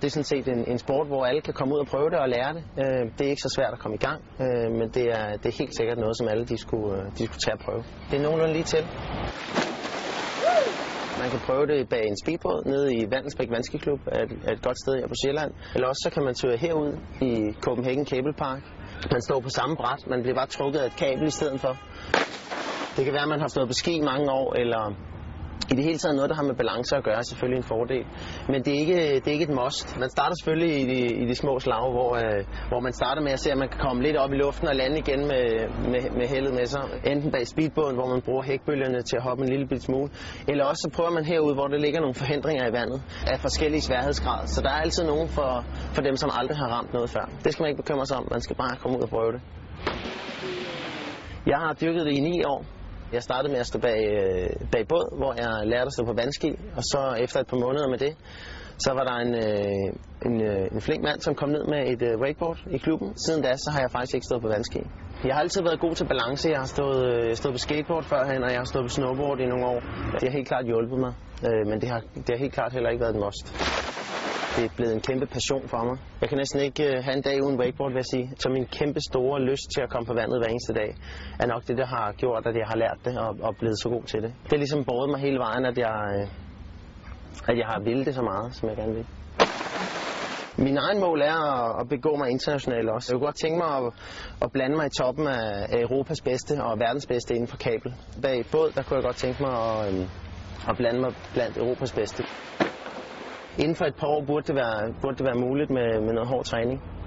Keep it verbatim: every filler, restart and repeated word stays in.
Det er sådan set en, en sport, hvor alle kan komme ud og prøve det og lære det. Det er ikke så svært at komme i gang, men det er, det er helt sikkert noget, som alle de skulle, de skulle tage at prøve. Det er nogenlunde lige til. Man kan prøve det bag en speedbåd nede i Vandelsbæk Vandskiklub, er et, er et godt sted her på Sjælland. Eller også så kan man tage herud i Copenhagen Cable Park. Man står på samme bræt, man bliver bare trukket af et kabel i stedet for. Det kan være, at man har stået på ski i mange år, eller i det hele taget noget, der har med balance at gøre, er selvfølgelig en fordel. Men det er ikke, det er ikke et must. Man starter selvfølgelig i de, i de små slag, hvor, øh, hvor man starter med at se, at man kan komme lidt op i luften og lande igen med, med, med heldet med sig. Enten bag speedbåden, hvor man bruger hækbølgerne til at hoppe en lille bit smule. Eller også så prøver man herude, hvor der ligger nogle forhindringer i vandet af forskellige sværhedsgrader. Så der er altid nogen for, for dem, som aldrig har ramt noget før. Det skal man ikke bekymre sig om. Man skal bare komme ud og prøve det. Jeg har dyrket det i ni år. Jeg startede med at stå bag, bag båd, hvor jeg lærte at stå på vandski, og så efter et par måneder med det, så var der en, en, en flink mand, som kom ned med et wakeboard i klubben. Siden da, så har jeg faktisk ikke stået på vandski. Jeg har altid været god til balance. Jeg har stået, stået på skateboard førhen, og jeg har stået på snowboard i nogle år. Det har helt klart hjulpet mig, men det har, det har helt klart heller ikke været et must. Det er blevet en kæmpe passion for mig. Jeg kan næsten ikke have en dag uden wakeboard, vil jeg sige. Så min kæmpe store lyst til at komme på vandet hver eneste dag, er nok det, der har gjort, at jeg har lært det og, og blevet så god til det. Det har ligesom båret mig hele vejen, at jeg, at jeg har villet det så meget, som jeg gerne vil. Min egen mål er at begå mig internationalt også. Jeg kunne godt tænke mig at, at blande mig i toppen af Europas bedste og verdens bedste inden for kabel. Bag båd, der kunne jeg godt tænke mig at, at blande mig blandt Europas bedste. Inden for et par år burde det være, burde det være muligt med, med noget hård træning.